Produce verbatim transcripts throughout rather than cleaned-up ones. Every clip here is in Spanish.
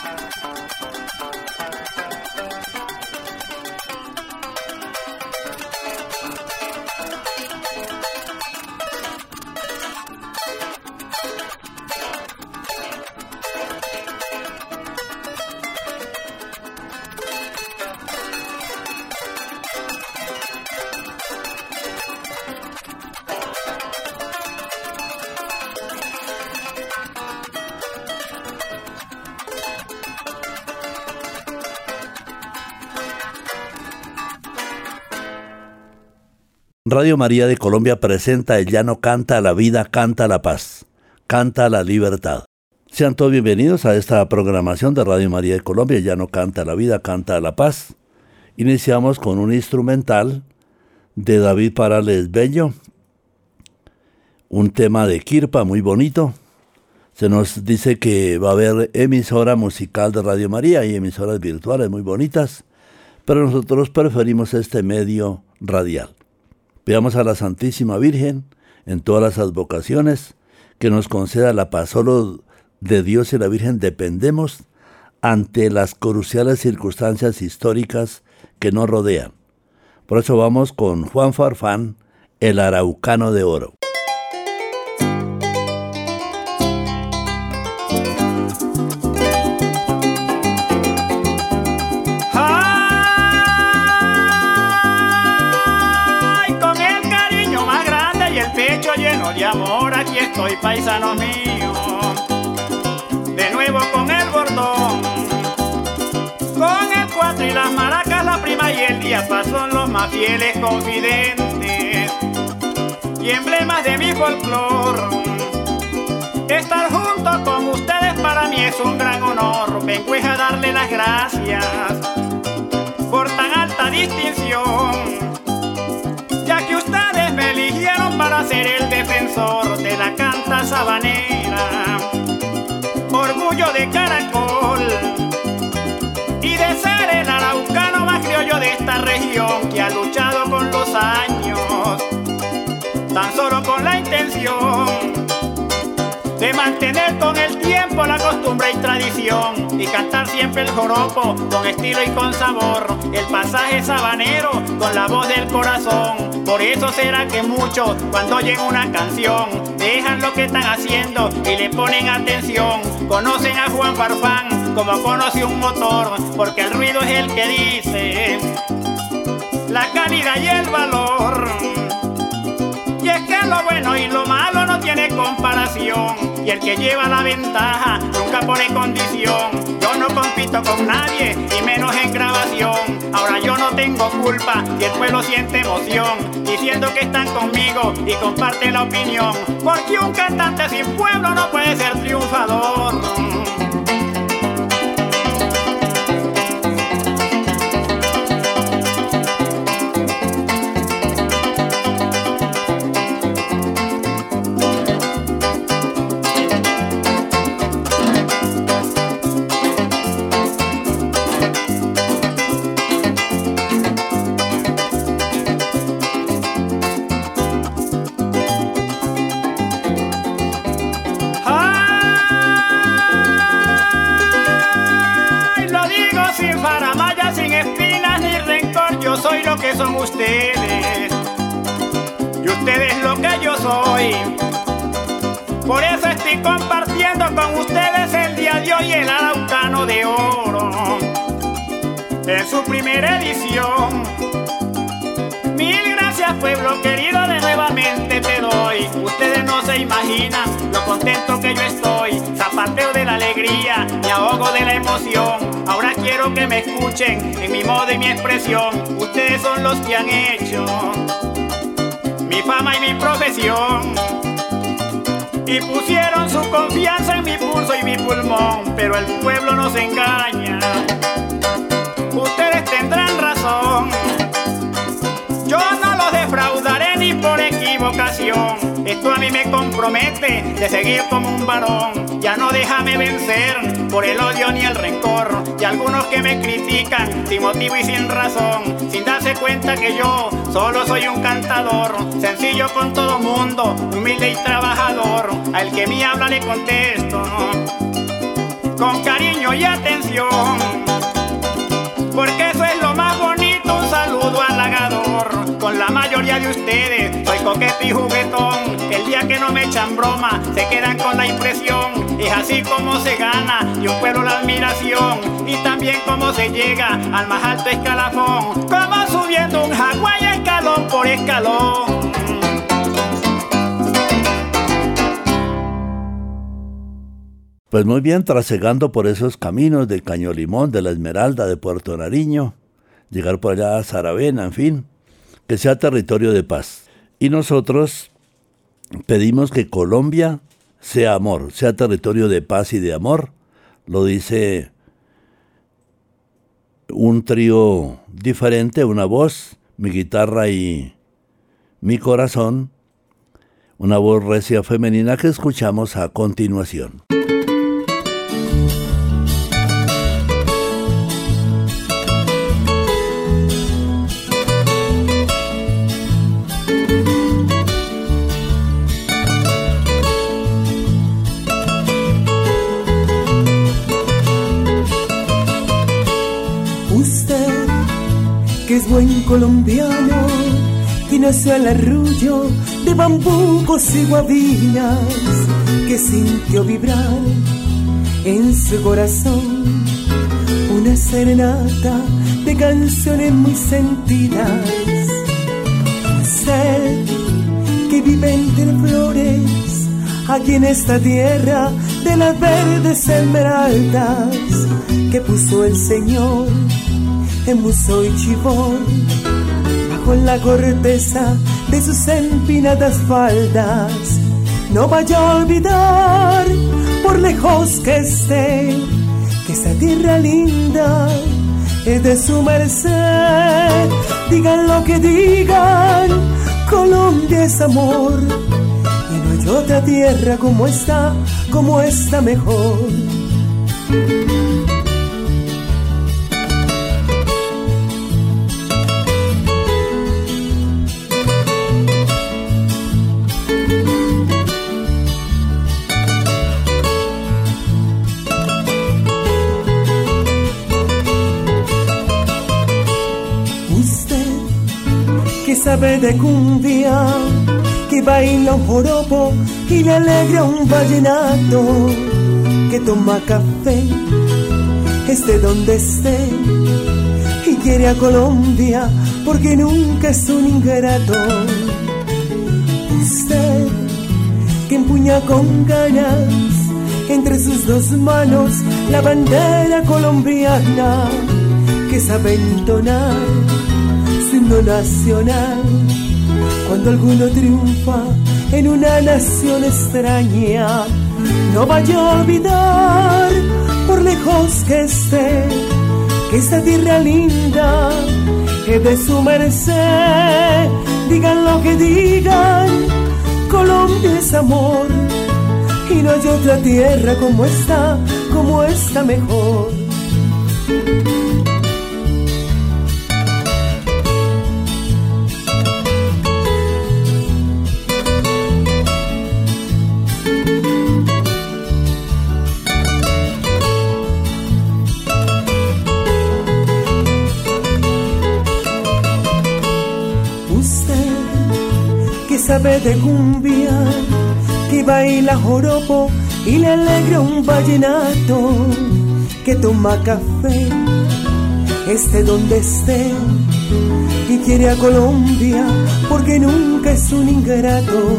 Radio María de Colombia presenta El Llano Canta la Vida, Canta la Paz, Canta la Libertad. Sean todos bienvenidos a esta programación de Radio María de Colombia, El Llano Canta la Vida, Canta la Paz. Iniciamos con un instrumental de David Parales Bello, un tema de Kirpa muy bonito. Se nos dice que va a haber emisora musical de Radio María y emisoras virtuales muy bonitas, pero nosotros preferimos este medio radial. Pidamos a la Santísima Virgen, en todas las advocaciones, que nos conceda la paz. Solo de Dios y la Virgen dependemos ante las cruciales circunstancias históricas que nos rodean. Por eso vamos con Juan Farfán, el Araucano de Oro. Lleno de amor, aquí estoy, paisanos míos, de nuevo con el bordón, con el cuatro y las maracas, la prima y el diapasón, los más fieles confidentes y emblemas de mi folclor. Estar junto con ustedes para mí es un gran honor. Vengo a darle las gracias por tan alta distinción, ya que ustedes me eligieron para ser el defensor de la canta sabanera, orgullo de Caracol, y de ser el araucano más criollo de esta región, que ha luchado con los años, tan solo con la intención de mantener con el tiempo la costumbre y tradición, y cantar siempre el joropo con estilo y con sabor, el pasaje sabanero con la voz del corazón. Por eso será que muchos, cuando oyen una canción, dejan lo que están haciendo y le ponen atención. Conocen a Juan Farfán como conoce un motor, porque el ruido es el que dice la calidad y el valor. Y es que lo bueno y lo malo no tiene comparación, y el que lleva la ventaja nunca pone condición. Yo no compito con nadie, y menos en grabación. Ahora yo no tengo culpa y el pueblo siente emoción, diciendo que están conmigo y comparten la opinión, porque un cantante sin pueblo no puede ser triunfador. Soy lo que son ustedes y ustedes lo que yo soy. Por eso estoy compartiendo con ustedes el día de hoy el Araucano de Oro en su primera edición. Mil gracias, pueblo querido, de nuevamente te doy. Ustedes no se imaginan lo contento que yo estoy. Zapateo de la alegría, me ahogo de la emoción. Ahora quiero que me escuchen en mi modo y mi expresión. Ustedes son los que han hecho mi fama y mi profesión, y pusieron su confianza en mi pulso y mi pulmón. Pero el pueblo no se engaña, ustedes tendrán razón. Yo no los defraudaré ni por equivocación. Esto a mí me compromete de seguir como un varón. Ya no déjame vencer por el odio ni el rencor de algunos que me critican sin motivo y sin razón, sin darse cuenta que yo solo soy un cantador, sencillo con todo mundo, humilde y trabajador. Al que me habla le contesto con cariño y atención, porque eso es lo más bonito, un saludo halagador. Con la mayoría de ustedes soy coqueto y juguetón. El día que no me echan broma, se quedan con la impresión. Es así como se gana y un pueblo la admiración, y también como se llega al más alto escalafón, como subiendo un Hawái escalón por escalón. Pues muy bien, trasegando por esos caminos de Cañolimón, de La Esmeralda, de Puerto Nariño, llegar por allá a Saravena, en fin, que sea territorio de paz. Y nosotros pedimos que Colombia sea amor, sea territorio de paz y de amor. Lo dice un trío diferente, una voz, mi guitarra y mi corazón, una voz recia femenina que escuchamos a continuación. Que es buen colombiano, que nació al arrullo de bambucos y guabinas, que sintió vibrar en su corazón una serenata de canciones muy sentidas. Usted que vive entre flores, aquí en esta tierra de las verdes esmeraldas, que puso el Señor en Musó y Chivor, bajo la corteza de sus empinadas faldas. No vaya a olvidar, por lejos que esté, que esta tierra linda es de su merced. Digan lo que digan, Colombia es amor, y no hay otra tierra como esta, como esta mejor. Sabe de cumbia, que baila un joropo y le alegra un vallenato, que toma café, esté donde esté, y quiere a Colombia porque nunca es un ingrato. Usted que empuña con ganas entre sus dos manos la bandera colombiana, que sabe entonar su himno nacional cuando alguno triunfa en una nación extraña. No vaya a olvidar, por lejos que esté, que esta tierra linda es de su merced. Digan lo que digan, Colombia es amor, y no hay otra tierra como esta, como esta mejor. Sabe de cumbia, que baila joropo y le alegra un vallenato, que toma café, esté donde esté, y quiere a Colombia porque nunca es un ingrato.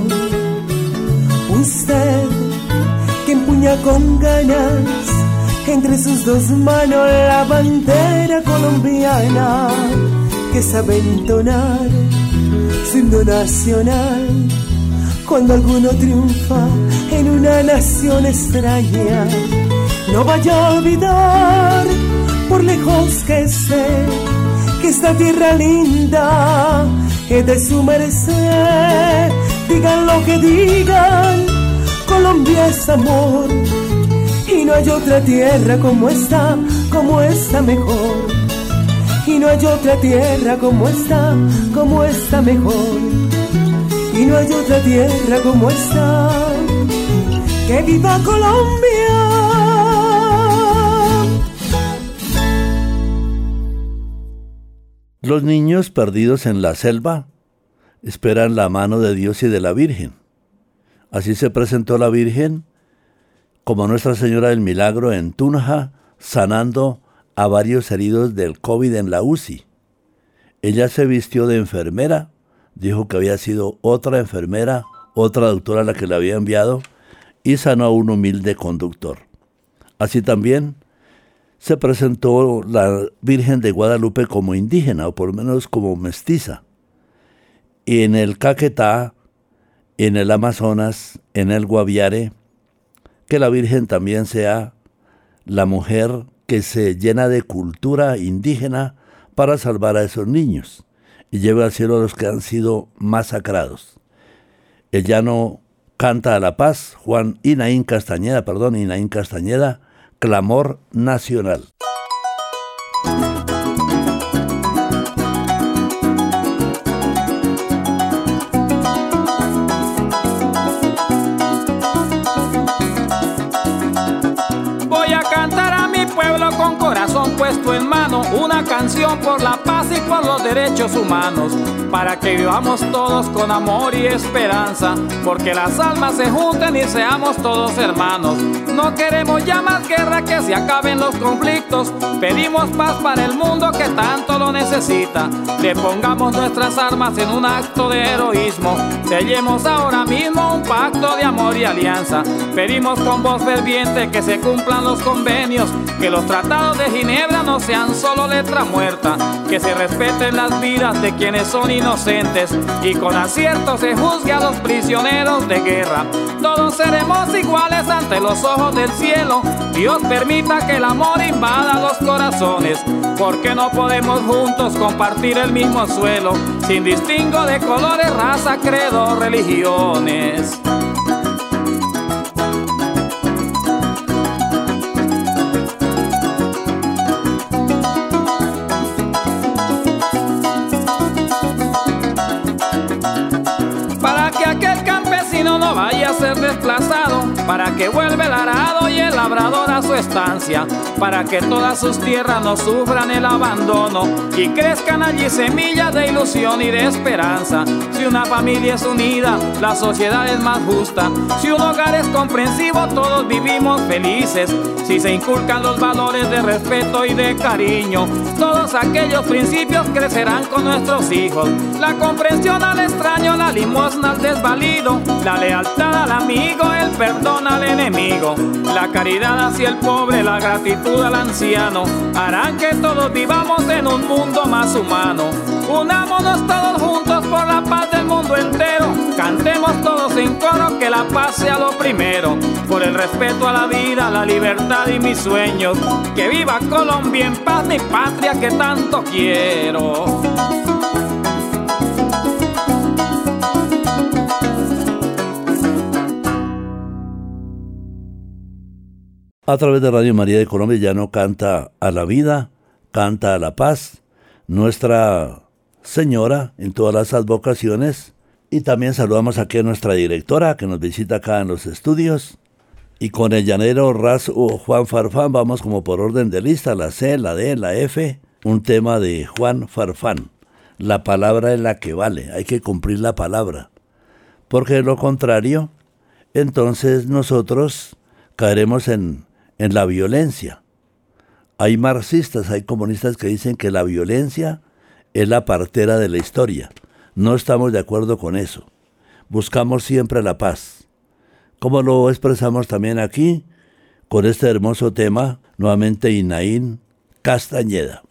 Usted que empuña con ganas entre sus dos manos la bandera colombiana, que sabe entonar su himno nacional cuando alguno triunfa en una nación extraña. No vaya a olvidar, por lejos que esté, que esta tierra linda es de su merced. Digan lo que digan, Colombia es amor, y no hay otra tierra como esta, como esta mejor. Y no hay otra tierra como esta, como esta mejor. Y no hay otra tierra como esta. ¡Que viva Colombia! Los niños perdidos en la selva esperan la mano de Dios y de la Virgen. Así se presentó la Virgen como Nuestra Señora del Milagro en Tunja, sanando a varios heridos del COVID en la U C I. Ella se vistió de enfermera, dijo que había sido otra enfermera, otra doctora la que la había enviado, y sanó a un humilde conductor. Así también se presentó la Virgen de Guadalupe como indígena, o por lo menos como mestiza. Y en el Caquetá, en el Amazonas, en el Guaviare, que la Virgen también sea la mujer que se llena de cultura indígena para salvar a esos niños y lleve al cielo a los que han sido masacrados. El llano canta a la paz, Juan Inaín Castañeda, perdón, Inaín Castañeda, Clamor Nacional. Voy a cantar a mi pueblo con corazón puesto en mano, una canción por la paz y por los derechos humanos, para que vivamos todos con amor y esperanza, porque las almas se junten y seamos todos hermanos. No queremos ya más guerra, que se acaben los conflictos, pedimos paz para el mundo que tanto lo necesita. Le pongamos nuestras armas en un acto de heroísmo, sellemos ahora mismo un pacto de amor y alianza. Pedimos con voz ferviente que se cumplan los convenios, que los tratados de Ginebra no sean solo letra muerta, que se respeten las vidas de quienes son inocentes y con acierto se juzgue a los prisioneros de guerra. Todos seremos iguales ante los ojos del cielo. Dios permita que el amor invada los corazones, porque no podemos juntos compartir el mismo suelo, sin distingo de colores, raza, credo, religiones. No vaya a ser desplazado, para que vuelva el arado y el labrador a su estancia, para que todas sus tierras no sufran el abandono y crezcan allí semillas de ilusión y de esperanza. Si una familia es unida, la sociedad es más justa. Si un hogar es comprensivo, todos vivimos felices. Si se inculcan los valores de respeto y de cariño, todos aquellos principios crecerán con nuestros hijos. La comprensión al extraño, la limosna al desvalido, la lealtad al amigo, el perdón al enemigo, la caridad hacia el pobre, la gratitud al anciano, harán que todos vivamos en un mundo más humano. Unámonos todos juntos por la paz del mundo entero, cantemos todos en coro que la paz sea lo primero, por el respeto a la vida, la libertad y mis sueños. Que viva Colombia en paz, mi patria que tanto quiero. A través de Radio María de Colombia, Llano canta a la vida, canta a la paz, Nuestra Señora en todas las advocaciones. Y también saludamos aquí a nuestra directora que nos visita acá en los estudios. Y con el llanero Ras o Juan Farfán vamos como por orden de lista, la C, la D, la F, un tema de Juan Farfán. La palabra es la que vale, hay que cumplir la palabra. Porque de lo contrario, entonces nosotros caeremos en, en la violencia. Hay marxistas, hay comunistas que dicen que la violencia es la partera de la historia. No estamos de acuerdo con eso. Buscamos siempre la paz. Como lo expresamos también aquí, con este hermoso tema, nuevamente Inaín Castañeda.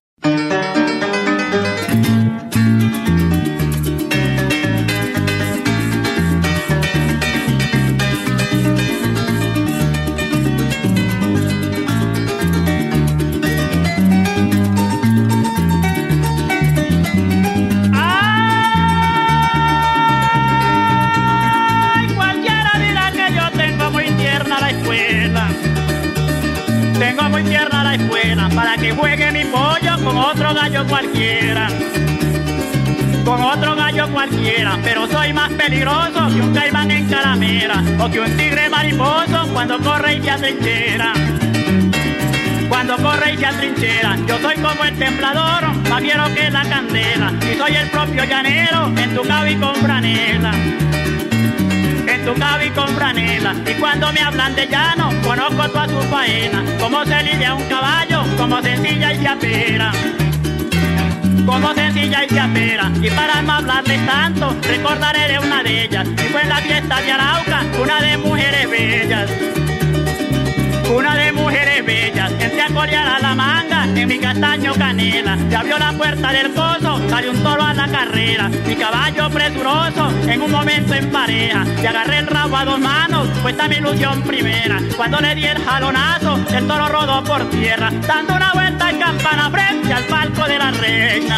Tengo muy tierna la escuela para que juegue mi pollo con otro gallo cualquiera, con otro gallo cualquiera, pero soy más peligroso que un caimán en calamera o que un tigre mariposo cuando corre y se atrinchera. Cuando corre y se atrinchera, yo soy como el temblador más fiero que la candela, y soy el propio llanero en tu cabi con franela. En tu cabi con franela, y cuando me hablan de llano, conozco toda su faena, como se lidia un caballo, como sencilla y se apera. Como sencilla y se apera, y para no hablarles tanto, recordaré de una de ellas, y fue en la fiesta de Arauca, una de mujeres bellas. Una de mujeres bellas, entré a colear a la manga, en mi castaño canela, se abrió la puerta del pozo, salió un toro a la carrera, mi caballo presuroso, en un momento en pareja, y agarré el rabo a dos manos, fue esta mi ilusión primera, cuando le di el jalonazo, el toro rodó por tierra, dando una vuelta en campana frente al palco de la reina.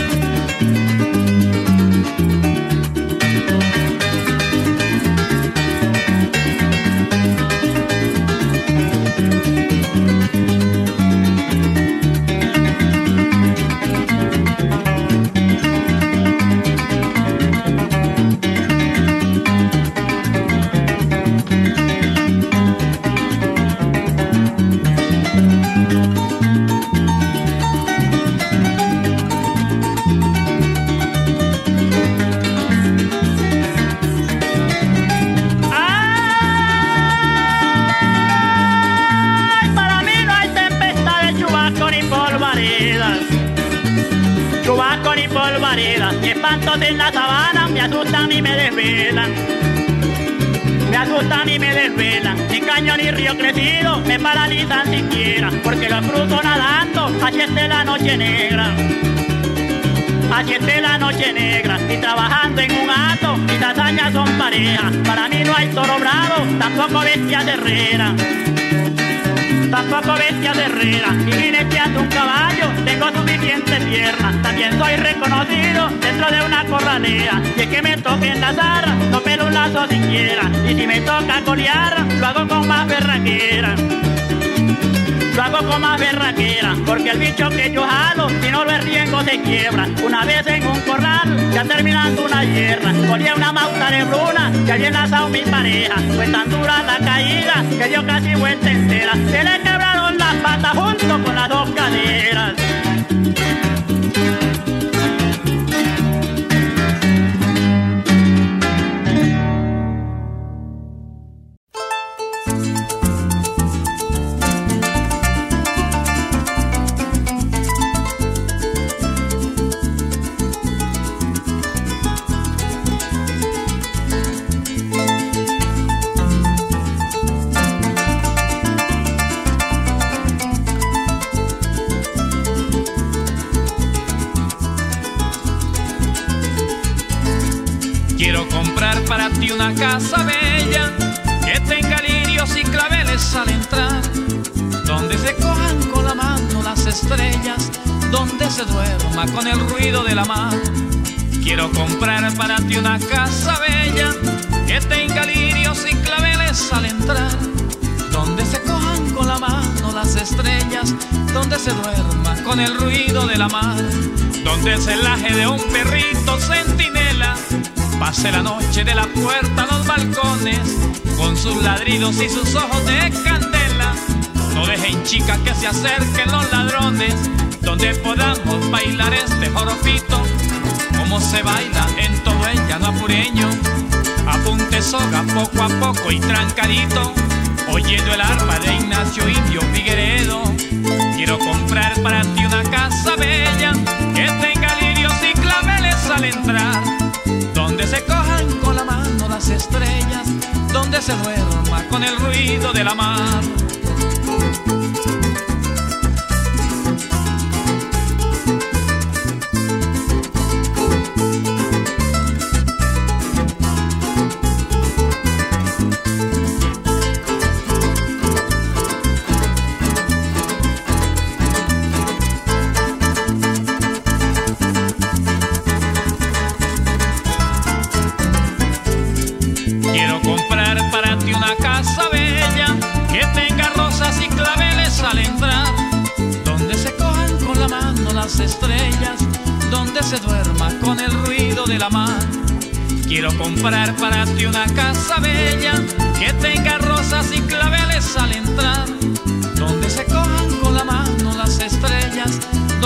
Ni espantos en la sabana me asustan ni me desvelan. Me asustan y me desvelan. Ni caño ni río crecido me paralizan siquiera, porque los cruzo nadando, así esté la noche negra. Así esté la noche negra, y trabajando en un hato, mis hazañas son pareja. Para mí no hay toro bravo, tampoco bestia guerrera. Tampoco bestia guerrera, y jineteando un caballo, tengo suficiente pierna. También soy reconocido dentro de una corralera, y es que me toque enlazar, no pelo un lazo siquiera. Y si me toca colear, lo hago con más berraquera. Lo hago con más berraquera, porque el bicho que yo jalo, si no lo arriesgo se quiebra. Una vez en un corral, ya terminando una hierra, colía una mauta de bruna, que había enlazado mi pareja. Fue tan dura la caída, que dio casi vuelta entera. Se le quebraron las patas junto con las dos caderas. Para ti una casa bella que tenga lirios y claveles al entrar, donde se cojan con la mano las estrellas, donde se duerma con el ruido de la mar. Quiero comprar para ti una casa bella que tenga lirios y claveles al entrar, donde se cojan con la mano las estrellas, donde se duerma con el ruido de la mar, donde el celaje de un perrito centinela pase la noche de la puerta a los balcones, con sus ladridos y sus ojos de candela. No dejen chicas que se acerquen los ladrones, donde podamos bailar este joropito, como se baila en todo el llano apureño. Apunte soga poco a poco y trancadito, oyendo el arpa de Ignacio Indio Figueredo. Quiero comprar para ti una casa bella que tenga lirios y claveles al entrar, donde se cojan con la mano las estrellas, donde se duerma con el ruido de la mar. Estrellas, donde se duerma con el ruido de la mar. Quiero comprar para ti una casa bella que tenga rosas y claveles al entrar, donde se cojan con la mano las estrellas, donde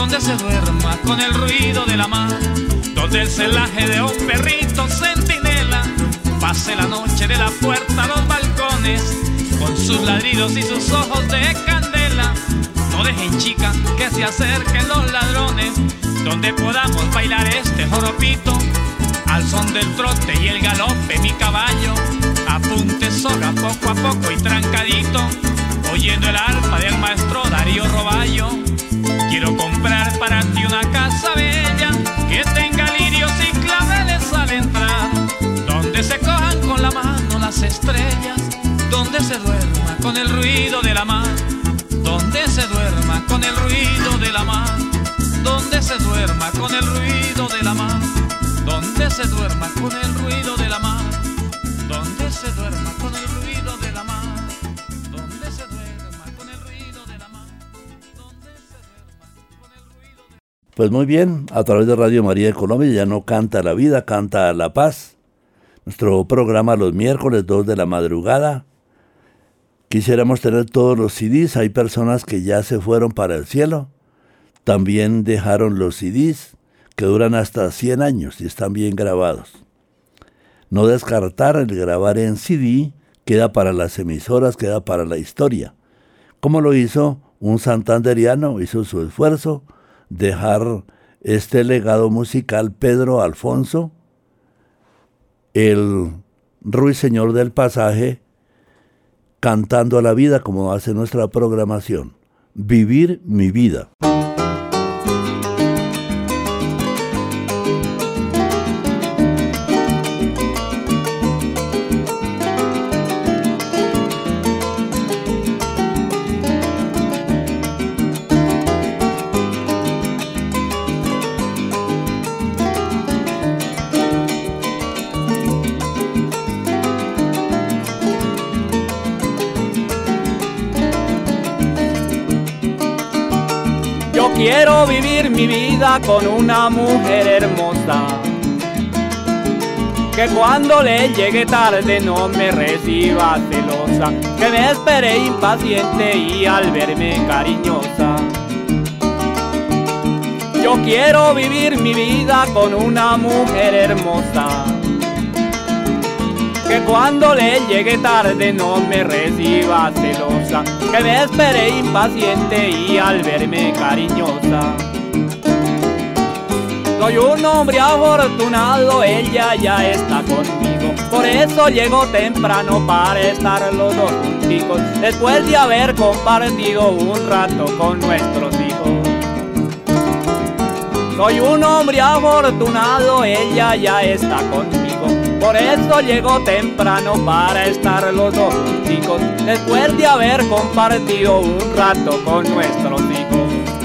donde se duerma con el ruido de la mar, donde el celaje de un perrito centinela pase la noche de la puerta a los balcones con sus ladridos y sus ojos de candela. No dejen, chica, que se acerquen los ladrones, donde podamos bailar este joropito al son del trote y el galope mi caballo. Apunte soga poco a poco y trancadito, oyendo el arpa del maestro Darío Roballo. Quiero comprar para ti una casa bella que tenga lirios y claveles al entrar, donde se cojan con la mano las estrellas, donde se duerma con el ruido de la mar, donde se duerma con el ruido de la mar, donde se duerma con el ruido de la mar, donde se duerma con el ruido de la mar, donde se duerma con el ruido de la mar, donde se duerma con el ruido de la mar, donde se duerma con el ruido de la mar. Pues muy bien, a través de Radio María de Colombia ya no canta la vida, canta la paz. Nuestro programa los miércoles dos de la madrugada. Quisiéramos tener todos los C Ds, hay personas que ya se fueron para el cielo. También dejaron los C Ds que duran hasta cien años y están bien grabados. No descartar el grabar en C D, queda para las emisoras, queda para la historia. Como lo hizo un santanderiano, hizo su esfuerzo, dejar este legado musical Pedro Alfonso, el ruiseñor del pasaje, cantando a la vida como hace nuestra programación. Vivir mi vida. Quiero vivir mi vida con una mujer hermosa, que cuando le llegue tarde no me reciba celosa, que me espere impaciente y al verme cariñosa. Yo quiero vivir mi vida con una mujer hermosa, que cuando le llegue tarde no me reciba celosa, que me espere impaciente y al verme cariñosa. Soy un hombre afortunado, ella ya está conmigo, por eso llego temprano para estar los dos junticos, después de haber compartido un rato con nuestros hijos. Soy un hombre afortunado, ella ya está conmigo, por eso llego temprano para estar los dos junticos, después de haber compartido un rato con nuestros hijos.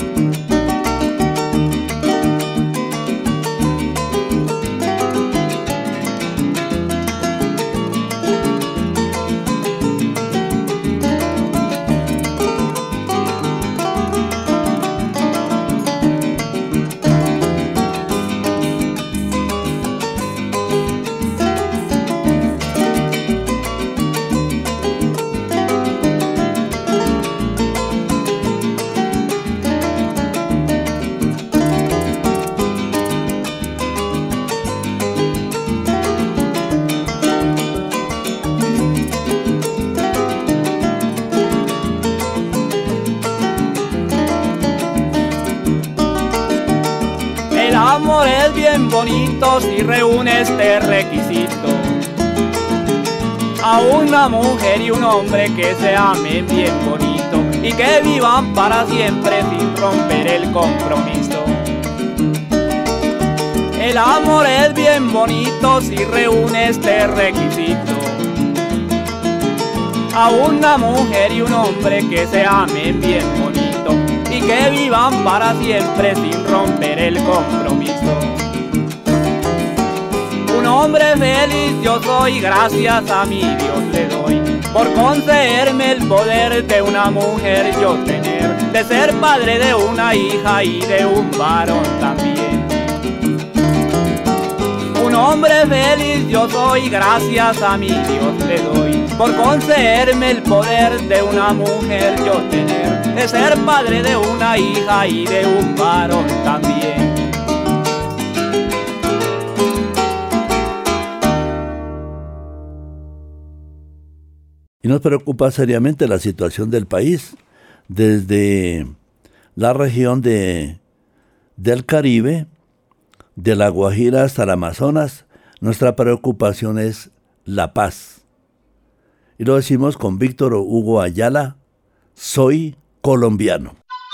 Es bien bonito si reúne este requisito: a una mujer y un hombre que se amen bien bonito y que vivan para siempre sin romper el compromiso. El amor es bien bonito si reúne este requisito: a una mujer y un hombre que se amen bien bonito y que vivan para siempre sin romper el compromiso. Un hombre feliz yo soy, gracias a mi Dios le doy, por concederme el poder de una mujer yo tener, de ser padre de una hija y de un varón también. Un hombre feliz yo soy, gracias a mi Dios le doy, por concederme el poder de una mujer yo tener, urge ser padre de una hija y de un varón también. Y nos preocupa seriamente la situación del país, desde la región de, del Caribe, de la Guajira hasta el Amazonas. Nuestra preocupación es la paz. Y lo decimos con Víctor Hugo Ayala, soy colombiano.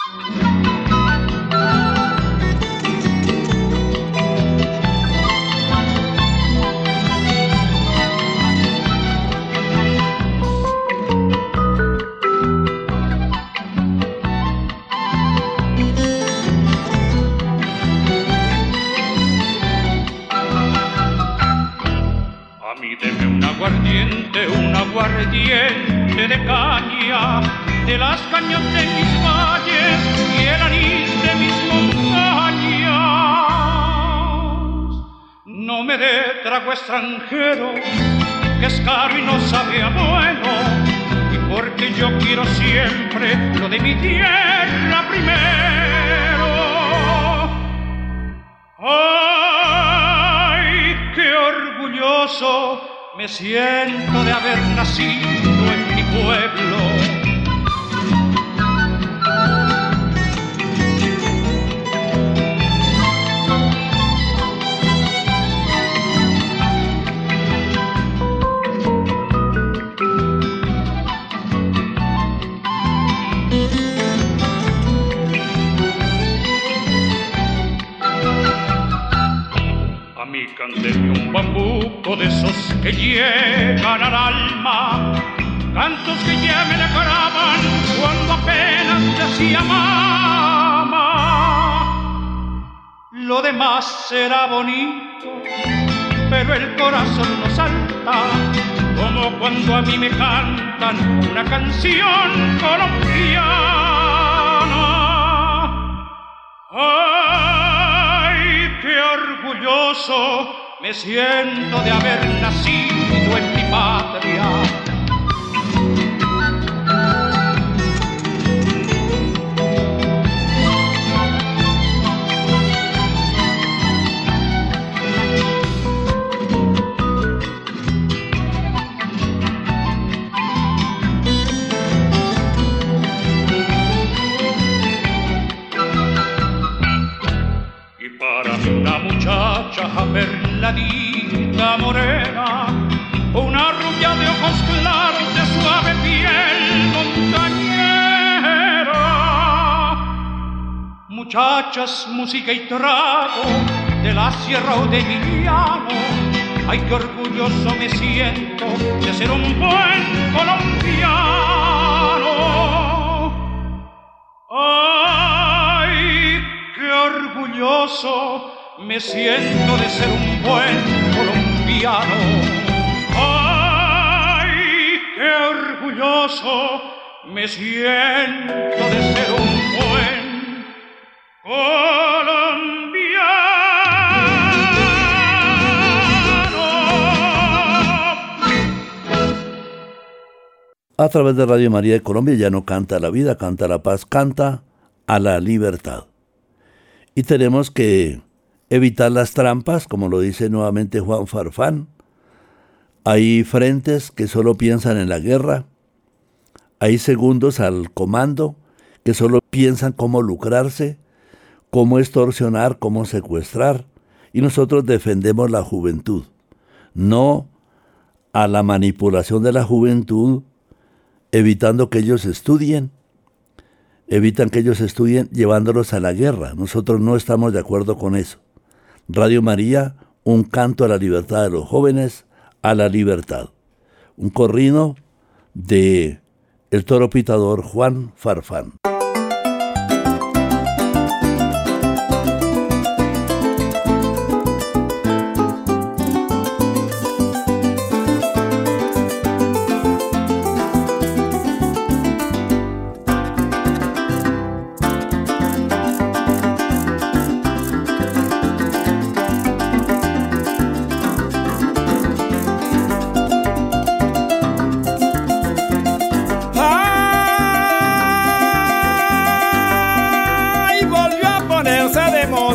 Un aguardiente de caña, de las cañas de mis valles y el anís de mis montañas. No me dé trago extranjero, que es caro y no sabe a bueno, y porque yo quiero siempre lo de mi tierra primero. ¡Ay, qué orgulloso me siento de haber nacido en mi pueblo! Cánteme un bambuco de esos que llegan al alma, cantos que ya me decoraban cuando apenas decía mamá. Lo demás será bonito, pero el corazón no salta, como cuando a mí me cantan una canción colombiana. ¡Ay, qué orgulloso me siento de haber nacido en mi patria! Y para mí una muchacha perladita morena, una rubia de ojos claros, de suave piel montañera. Muchachas, música y trago, de la sierra o de mi llano. Ay, qué orgulloso me siento de ser un buen colombiano. Ay, qué orgulloso me siento de ser un buen colombiano. ¡Ay, qué orgulloso me siento de ser un buen colombiano! A través de Radio María de Colombia ya no canta la vida, canta la paz, canta a la libertad. Y tenemos que evitar las trampas, como lo dice nuevamente Juan Farfán. Hay frentes que solo piensan en la guerra. Hay segundos al comando que solo piensan cómo lucrarse, cómo extorsionar, cómo secuestrar. Y nosotros defendemos la juventud, no a la manipulación de la juventud, evitando que ellos estudien, evitan que ellos estudien llevándolos a la guerra. Nosotros no estamos de acuerdo con eso. Radio María, un canto a la libertad de los jóvenes, a la libertad. Un corrido de el toro pitador Juan Farfán.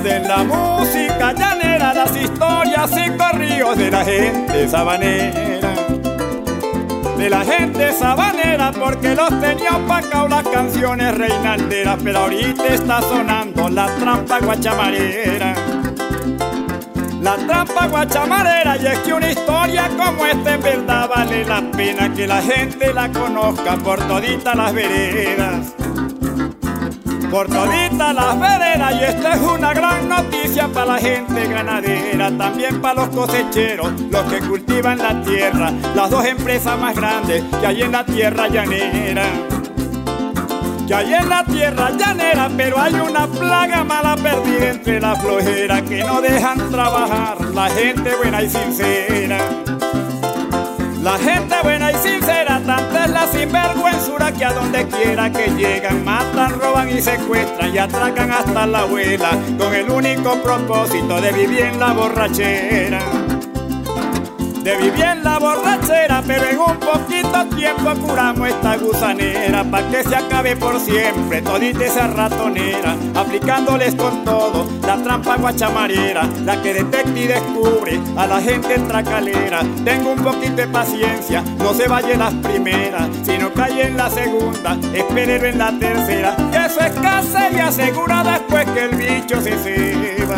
de la música llanera, las historias y corrillos de la gente sabanera. De la gente sabanera, porque los tenía opacados las canciones reinalderas, pero ahorita está sonando la trampa guachamarera. La trampa guachamarera, y es que una historia como esta en verdad vale la pena que la gente la conozca por toditas las veredas. Por toditas las veredas, y esta es una gran noticia para la gente ganadera, también para los cosecheros, los que cultivan la tierra, las dos empresas más grandes que hay en la tierra llanera. Que hay en la tierra llanera, pero hay una plaga mala perdida entre la flojera, que no dejan trabajar la gente buena y sincera. La gente buena y sincera, tanta es la sinvergüenzura que a donde quiera que llegan matan, roban y secuestran y atracan hasta la abuela, con el único propósito de vivir en la borrachera. De vivir en la borrachera, pero en un poquito tiempo curamos esta gusanera, pa' que se acabe por siempre todita esa ratonera, aplicándoles con todo la trampa guachamarera, la que detecta y descubre a la gente tracalera. Tengo un poquito de paciencia, no se vaya en las primeras, si no cae en la segunda, espérelo en la tercera, que eso es casa y asegura después que el bicho se ceba.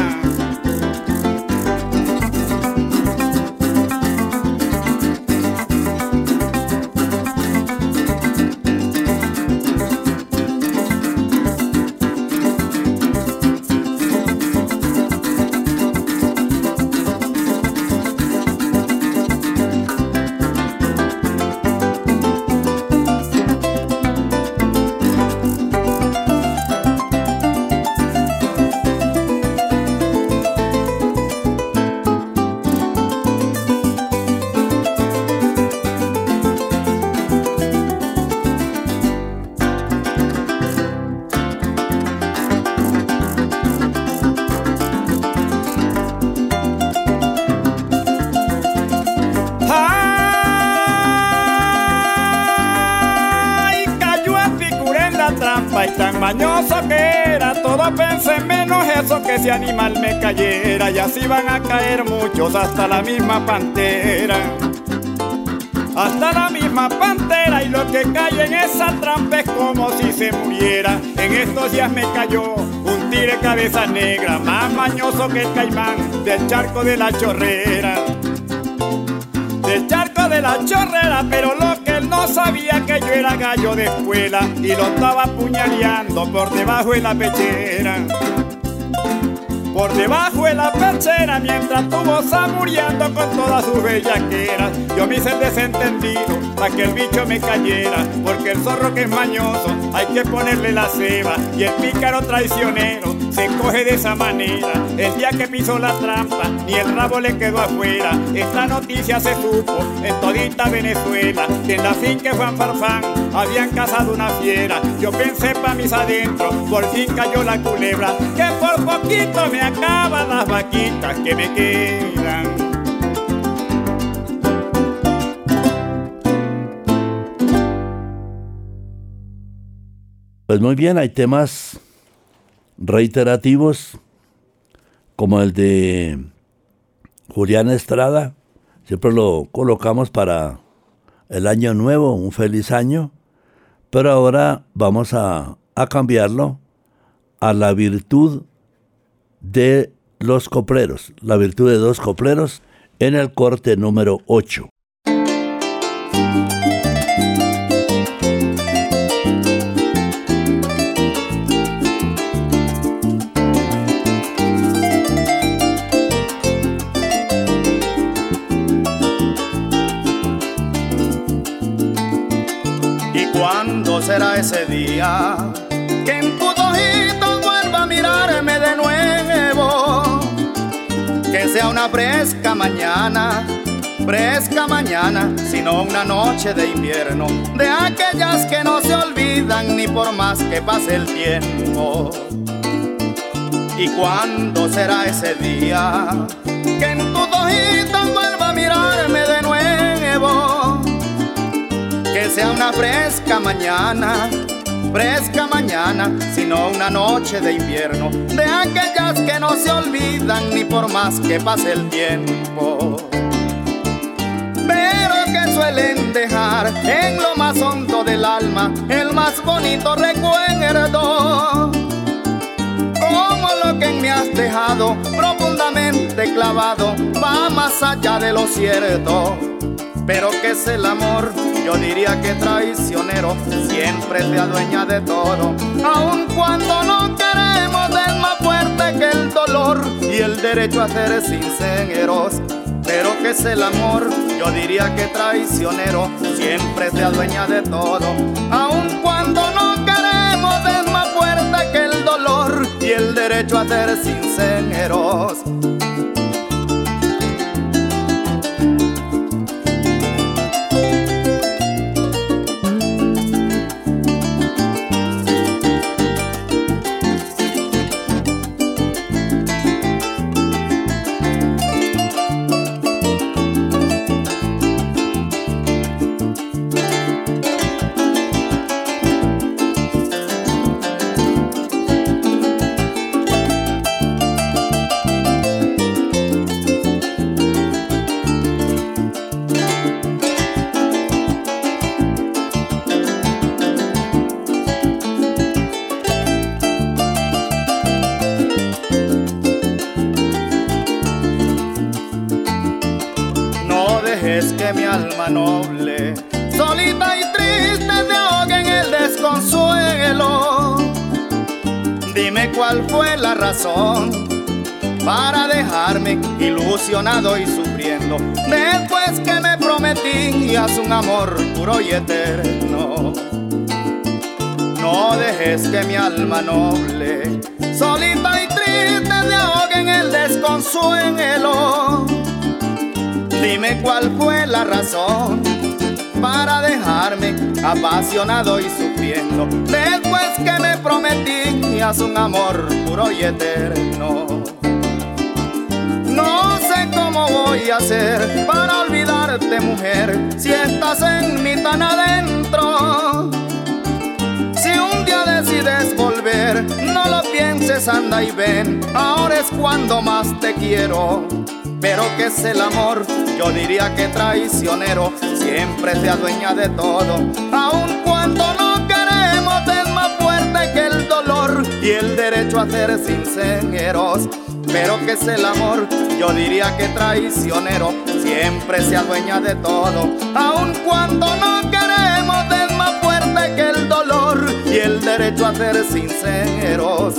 Y tan mañoso que era, todo pensé menos eso, que ese animal me cayera, y así van a caer muchos, hasta la misma pantera. Hasta la misma pantera, y lo que cae en esa trampa es como si se muriera. En estos días me cayó un tigre cabeza negra, más mañoso que el caimán del charco de la chorrera. Del charco de la chorrera, pero lo que él no sabía que yo era gallo de escuela y lo estaba apuñaleando por debajo de la pechera. Por debajo de la pechera, mientras estuvo samureando con todas sus bellaqueras. Yo me hice el desentendido para que el bicho me cayera, porque el zorro que es mañoso hay que ponerle la ceba, y el pícaro traicionero se coge de esa manera. El día que pisó la trampa, ni el rabo le quedó afuera. Esta noticia se supo en todita Venezuela, que en la finca de Juan Farfán habían cazado una fiera. Yo pensé pa' mis adentro, por fin cayó la culebra, que por poquito me acaban las vaquitas que me quedan. Pues muy bien, hay temas reiterativos como el de Julián Estrada, siempre lo colocamos para el año nuevo, un feliz año, pero ahora vamos a, a cambiarlo a la virtud de los copleros, la virtud de dos copleros en el corte número ocho. ¿Cuándo será ese día que en tus ojitos vuelva a mirarme de nuevo? Que sea una fresca mañana, fresca mañana, sino una noche de invierno, de aquellas que no se olvidan ni por más que pase el tiempo. ¿Y cuándo será ese día que en tus ojitos vuelva a mirarme de nuevo? Que sea una fresca mañana, fresca mañana, sino una noche de invierno, de aquellas que no se olvidan ni por más que pase el tiempo, pero que suelen dejar en lo más hondo del alma el más bonito recuerdo, como lo que me has dejado profundamente clavado, va más allá de lo cierto. Pero que es el amor, yo diría que traicionero, siempre te adueña de todo, aun cuando no queremos, es más fuerte que el dolor y el derecho a ser sinceros. Pero que es el amor, yo diría que traicionero, siempre te adueña de todo, aun cuando no queremos, es más fuerte que el dolor y el derecho a ser sinceros. Es que mi alma noble, solita y triste, te ahoga en el desconsuelo. Dime cuál fue la razón para dejarme ilusionado y sufriendo, después que me prometías un amor puro y eterno. No dejes que mi alma noble, solita y triste, te ahogue en el desconsuelo. Dime cuál fue la razón para dejarme apasionado y sufriendo, después que me prometías un amor puro y eterno. No sé cómo voy a hacer para olvidarte, mujer, si estás en mí tan adentro. Si un día decides volver, no lo pienses, anda y ven, ahora es cuando más te quiero. Pero que es el amor, yo diría que traicionero, siempre se adueña de todo, aun cuando no queremos, es más fuerte que el dolor y el derecho a ser sinceros. Pero que es el amor, yo diría que traicionero, siempre se adueña de todo, aun cuando no queremos, es más fuerte que el dolor y el derecho a ser sinceros.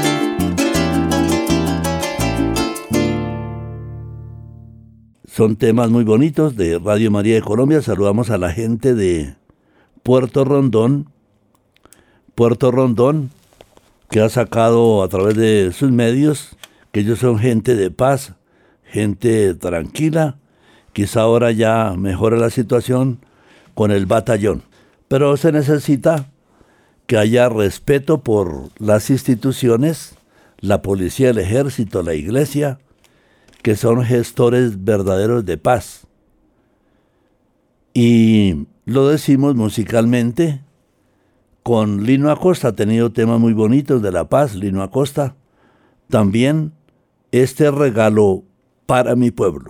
Son temas muy bonitos de Radio María de Colombia. Saludamos a la gente de Puerto Rondón. Puerto Rondón, que ha sacado a través de sus medios que ellos son gente de paz, gente tranquila. Quizá ahora ya mejore la situación con el batallón. Pero se necesita que haya respeto por las instituciones, la policía, el ejército, la iglesia, que son gestores verdaderos de paz. Y lo decimos musicalmente con Lino Acosta. Ha tenido temas muy bonitos de la paz, Lino Acosta. También este regalo para mi pueblo.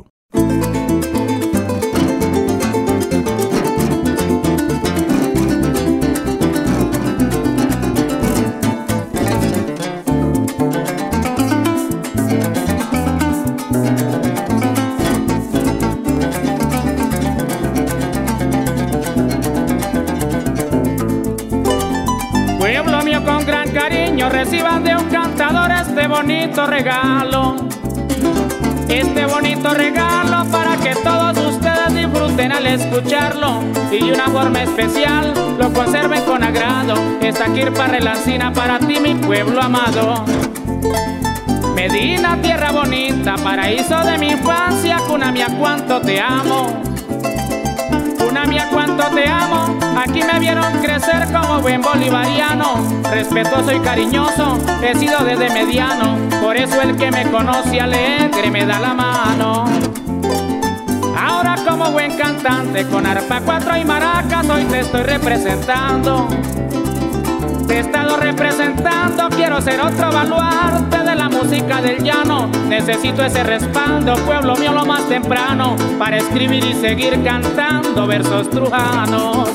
Reciban de un cantador este bonito regalo, este bonito regalo para que todos ustedes disfruten al escucharlo y de una forma especial lo conserven con agrado. Esta quirpa relancina para ti, mi pueblo amado. Medina, tierra bonita, paraíso de mi infancia, cuna mía, cuánto te amo. Cuna mía, cuánto te amo. Aquí me vieron crecer como buen bolivariano, respetuoso y cariñoso, he sido desde mediano. Por eso el que me conoce alegre me da la mano. Ahora como buen cantante, con arpa, cuatro y maracas, hoy te estoy representando. Te he estado representando, quiero ser otro baluarte de la música del llano. Necesito ese respaldo, pueblo mío, lo más temprano, para escribir y seguir cantando versos trujanos.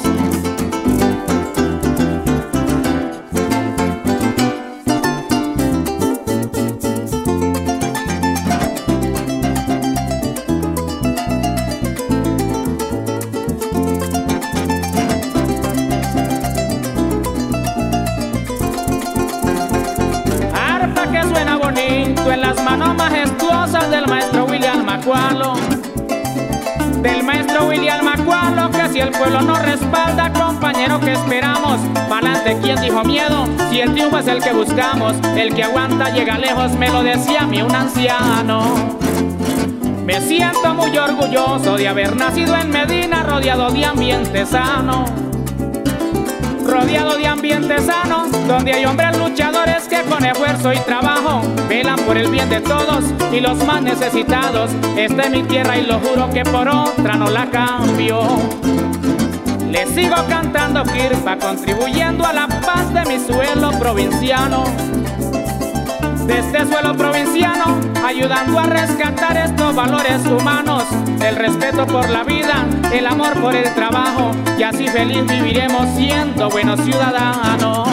En las manos majestuosas del maestro William Macualo, del maestro William Macualo, que si el pueblo nos respalda, compañero, que esperamos? Pa'lante, ¿quién dijo miedo? Si el triunfo es el que buscamos, el que aguanta llega lejos, me lo decía a mí un anciano. Me siento muy orgulloso de haber nacido en Medina, rodeado de ambiente sano. Rodeado de ambiente sano, donde hay hombres luchadores que con esfuerzo y trabajo velan por el bien de todos y los más necesitados. Esta es mi tierra y lo juro que por otra no la cambio. Le sigo cantando Kirpa, contribuyendo a la paz de mi suelo provinciano. De este suelo provinciano, ayudando a rescatar estos valores humanos, el respeto por la vida, el amor por el trabajo, y así feliz viviremos siendo buenos ciudadanos.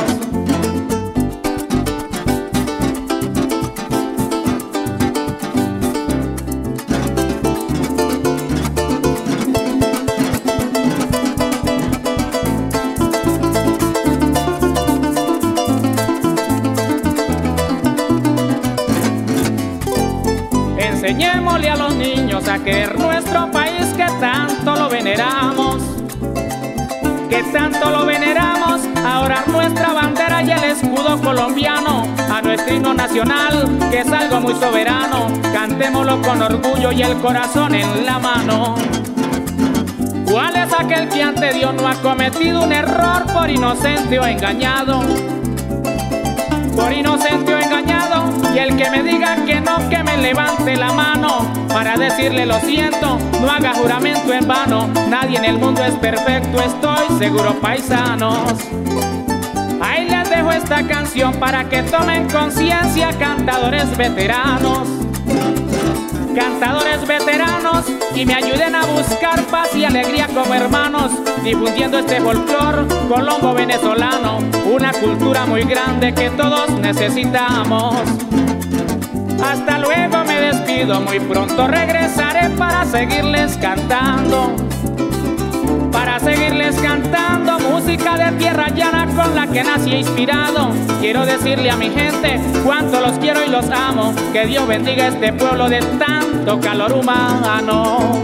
Enseñémosle a los niños a querer nuestro país que tanto lo veneramos, que tanto lo veneramos, a orar nuestra bandera y el escudo colombiano, a nuestro himno nacional, que es algo muy soberano, cantémoslo con orgullo y el corazón en la mano. ¿Cuál es aquel que ante Dios no ha cometido un error por inocente o engañado? Por inocente o engañado, y el que me diga que no, que me levante la mano para decirle lo siento, no haga juramento en vano. Nadie en el mundo es perfecto, estoy seguro, paisanos. Ahí les dejo esta canción para que tomen conciencia, cantadores veteranos. Cantadores veteranos, y me ayuden a buscar paz y alegría como hermanos, difundiendo este folclor colombo venezolano, una cultura muy grande que todos necesitamos. Hasta luego, me despido, muy pronto regresaré para seguirles cantando, para seguirles cantando música de tierra llana con la que nací inspirado. Quiero decirle a mi gente cuánto los quiero y los amo, que Dios bendiga este pueblo de tanto calor humano.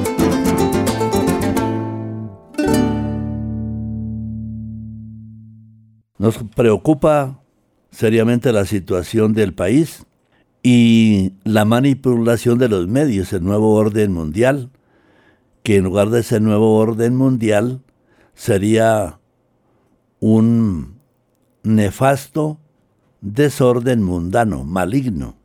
Nos preocupa seriamente la situación del país y la manipulación de los medios, el nuevo orden mundial, que en lugar de ese nuevo orden mundial sería un nefasto desorden mundano, maligno.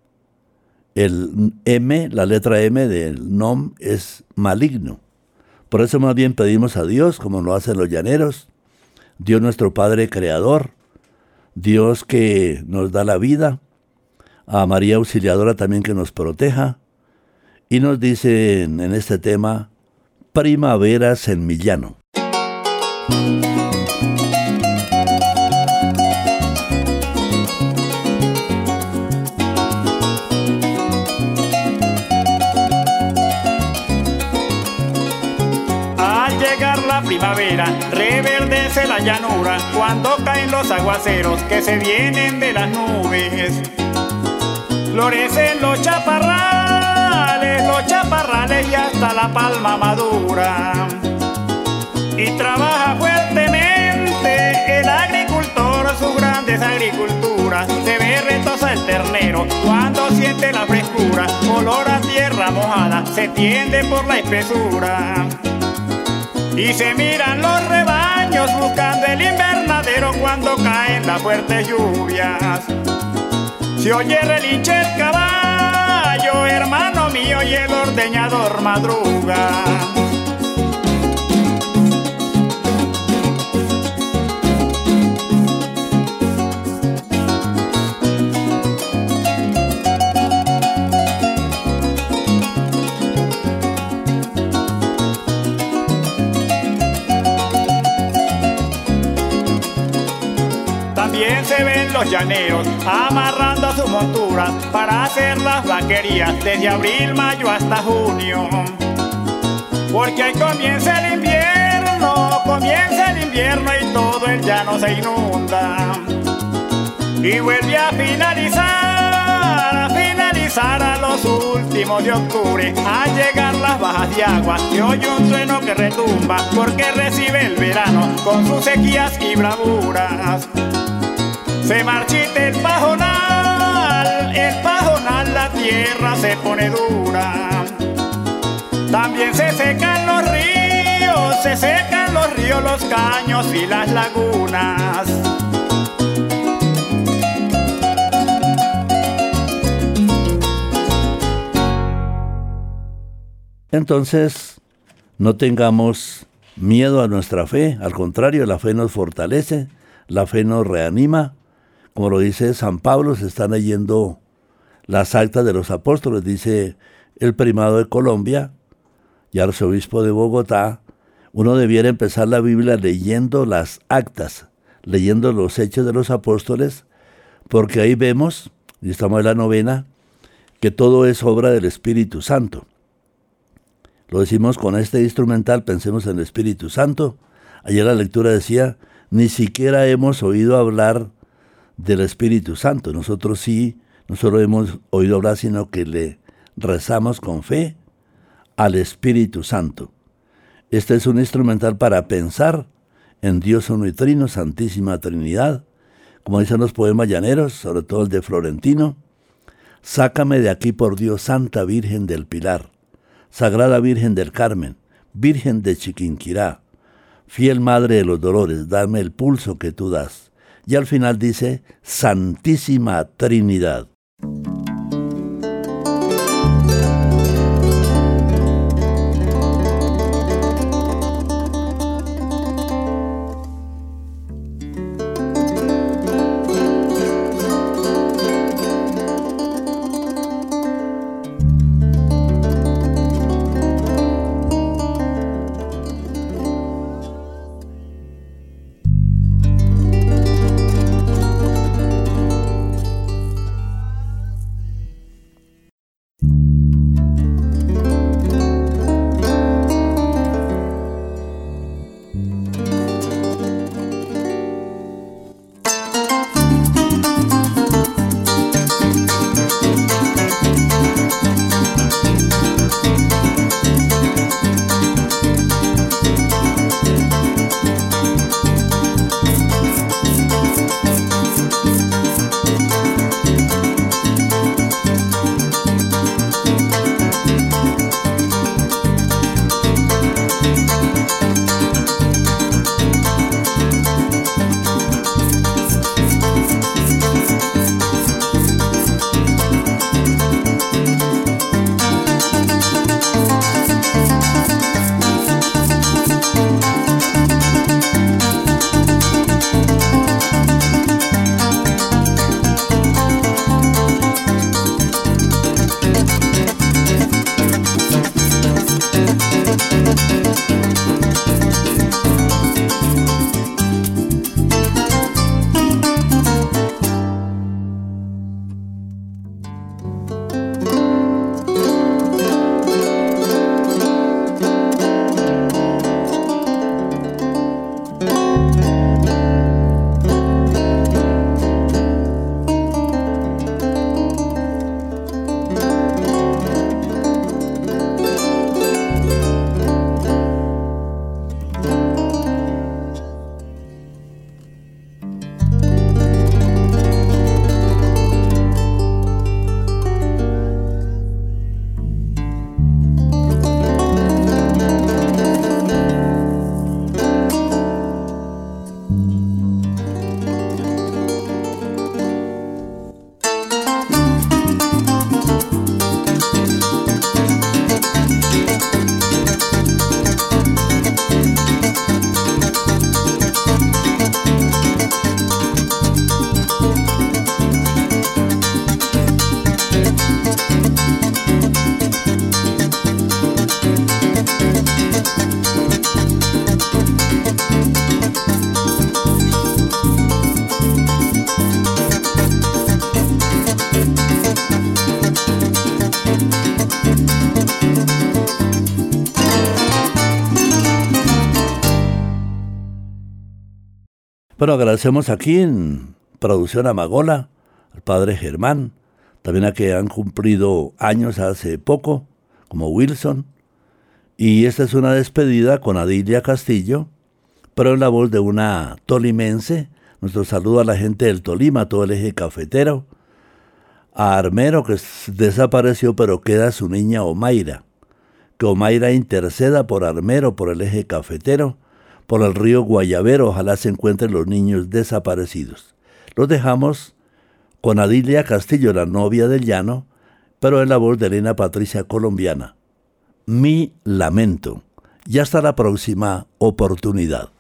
El M, la letra M del N O M es maligno. Por eso más bien pedimos a Dios, como lo hacen los llaneros, Dios nuestro Padre Creador, Dios que nos da la vida, a María Auxiliadora también que nos proteja, y nos dicen en este tema, primaveras en mi llano. Al llegar la primavera, reverdece la llanura, cuando caen los aguaceros que se vienen de las nubes. Florecen los chaparrales, los chaparrales y hasta la palma madura. Y trabaja fuertemente el agricultor sus grandes agriculturas. Se ve retosa el ternero cuando siente la frescura. Olor a tierra mojada se tiende por la espesura. Y se miran los rebaños buscando el invernadero cuando caen las fuertes lluvias. Se oye relinche el caballo, hermano mío, y el ordeñador madruga. los llaneros, amarrando sus monturas para hacer las vaquerías desde abril, mayo hasta junio. Porque ahí comienza el invierno, comienza el invierno y todo el llano se inunda. Y vuelve a finalizar, a finalizar a los últimos de octubre, a llegar las bajas de agua, y oye un trueno que retumba, porque recibe el verano con sus sequías y bravuras. Se marchita el pajonal, el pajonal, la tierra se pone dura. También se secan los ríos, se secan los ríos, los caños y las lagunas. Entonces, no tengamos miedo a nuestra fe, al contrario, la fe nos fortalece, la fe nos reanima. Como lo dice San Pablo, se están leyendo las actas de los apóstoles, dice el primado de Colombia y arzobispo de Bogotá. Uno debiera empezar la Biblia leyendo las actas, leyendo los hechos de los apóstoles, porque ahí vemos, y estamos en la novena, que todo es obra del Espíritu Santo. Lo decimos con este instrumental, pensemos en el Espíritu Santo. Ayer la lectura decía, ni siquiera hemos oído hablar del Espíritu Santo. Nosotros sí, no solo hemos oído hablar, sino que le rezamos con fe al Espíritu Santo. Este es un instrumental para pensar en Dios uno y trino, Santísima Trinidad. Como dicen los poemas llaneros, sobre todo el de Florentino, sácame de aquí por Dios, Santa Virgen del Pilar, Sagrada Virgen del Carmen, Virgen de Chiquinquirá, fiel Madre de los Dolores, dame el pulso que tú das. Y al final dice, Santísima Trinidad. Bueno, agradecemos aquí en Producción Amagola, al padre Germán, también a que han cumplido años hace poco, como Wilson. Y esta es una despedida con Adilia Castillo, pero en la voz de una tolimense. Nuestro saludo a la gente del Tolima, a todo el eje cafetero, a Armero, que desapareció, pero queda su niña Omaira. Que Omaira interceda por Armero, por el eje cafetero, por el río Guayabero, ojalá se encuentren los niños desaparecidos. Los dejamos con Adilia Castillo, la novia del llano, pero en la voz de Elena Patricia Colombiana. Mi lamento. Y hasta la próxima oportunidad.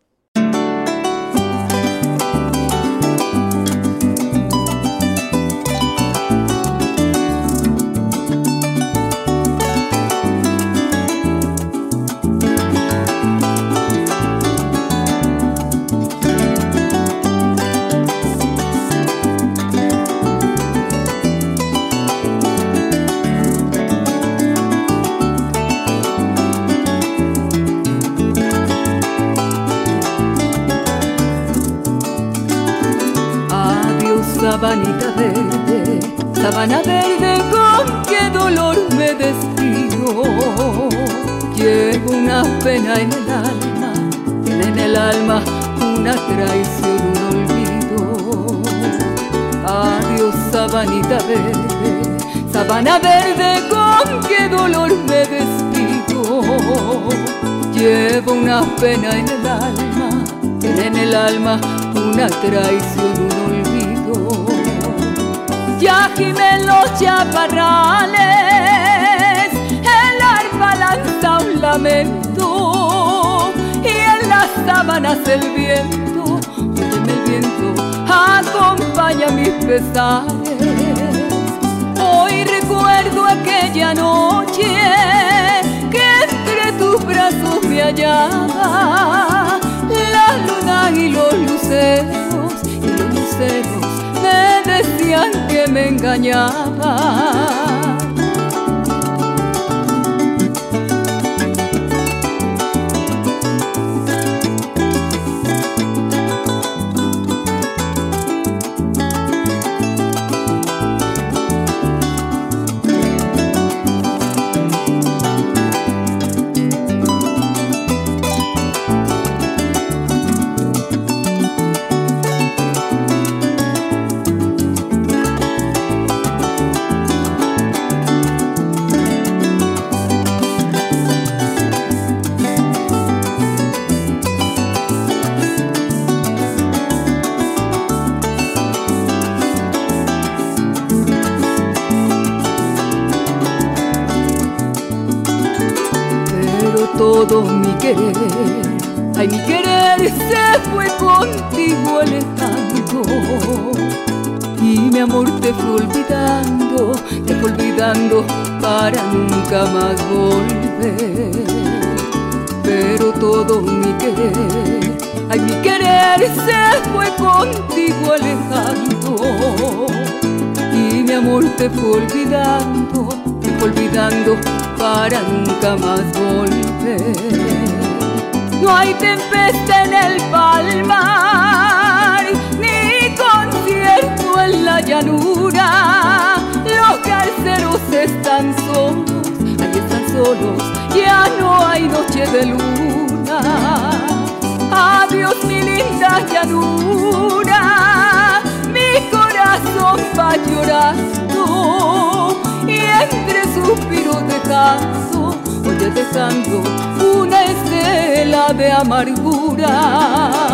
Sabanita verde, sabana verde, con qué dolor me despido. Llevo una pena en el alma, pena en el alma, una traición, un olvido. Adiós, sabanita verde, sabana verde, con qué dolor me despido. Llevo una pena en el alma, pena en el alma, una traición, un olvido. Ya gimen los chaparrales, el arpa lanza un lamento y en las sábanas el viento, óyeme el viento, acompaña mis pesares. Hoy recuerdo aquella noche que entre tus brazos me hallaba, la luna y los luceros, y los luceros me decían que me engañaba. Todo mi querer, ay mi querer se fue contigo alejando y mi amor te fue olvidando, te fue olvidando para nunca más volver. Pero todo mi querer, ay mi querer se fue contigo alejando y mi amor te fue olvidando, te fue olvidando para nunca más volver. No hay tempestad en el palmar, ni concierto en la llanura. Los carceros están solos, aquí están solos, ya no hay noche de luna. Adiós mi linda llanura, mi corazón va llorando y entre suspiros de canto, oye dejando una estela de amargura.